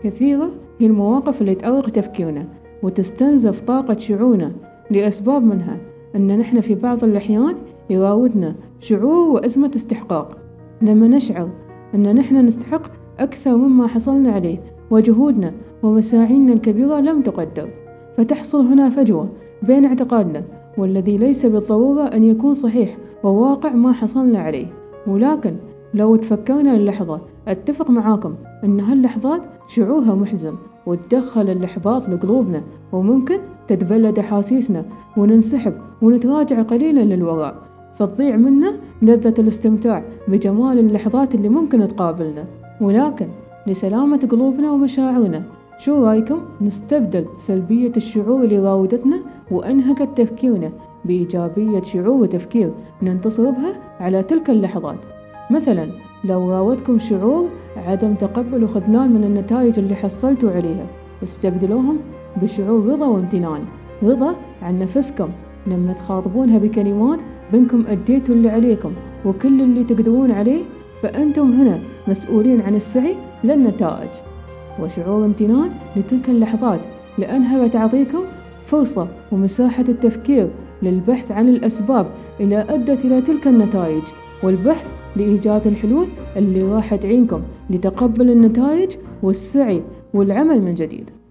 كثيرة هي المواقف اللي تأرق تفكيرنا وتستنزف طاقة شعورنا لأسباب، منها أن نحن في بعض الأحيان يراودنا شعور وأزمة استحقاق، لما نشعر أن نحن نستحق أكثر مما حصلنا عليه وجهودنا ومساعينا الكبيرة لم تقدر، فتحصل هنا فجوة بين اعتقادنا والذي ليس بالضرورة أن يكون صحيح وواقع ما حصلنا عليه. ولكن لو تفكرنا اللحظة، أتفق معاكم أن هاللحظات شعورها محزن وتدخل الإحباط لقلوبنا، وممكن تتبلد أحاسيسنا وننسحب ونتراجع قليلا للوراء، فتضيع منا لذة الاستمتاع بجمال اللحظات اللي ممكن تقابلنا. ولكن لسلامة قلوبنا ومشاعرنا، شو رأيكم نستبدل سلبية الشعور اللي راودتنا وأنهكت تفكيرنا بإيجابية شعور وتفكير ننتصر بها على تلك اللحظات؟ مثلا لو راودكم شعور عدم تقبل وخذلان من النتائج اللي حصلتوا عليها، استبدلوهم بشعور رضا وامتنان، رضا عن نفسكم لما تخاطبونها بكلمات بأنكم أديتوا اللي عليكم وكل اللي تقدرون عليه، فأنتم هنا مسؤولين عن السعي للنتائج. وشعور امتنان لتلك اللحظات لأنها بتعطيكم فرصة ومساحة التفكير للبحث عن الأسباب اللي أدت إلى تلك النتائج، والبحث لإيجاد الحلول اللي راح تعينكم لتقبل النتائج والسعي والعمل من جديد.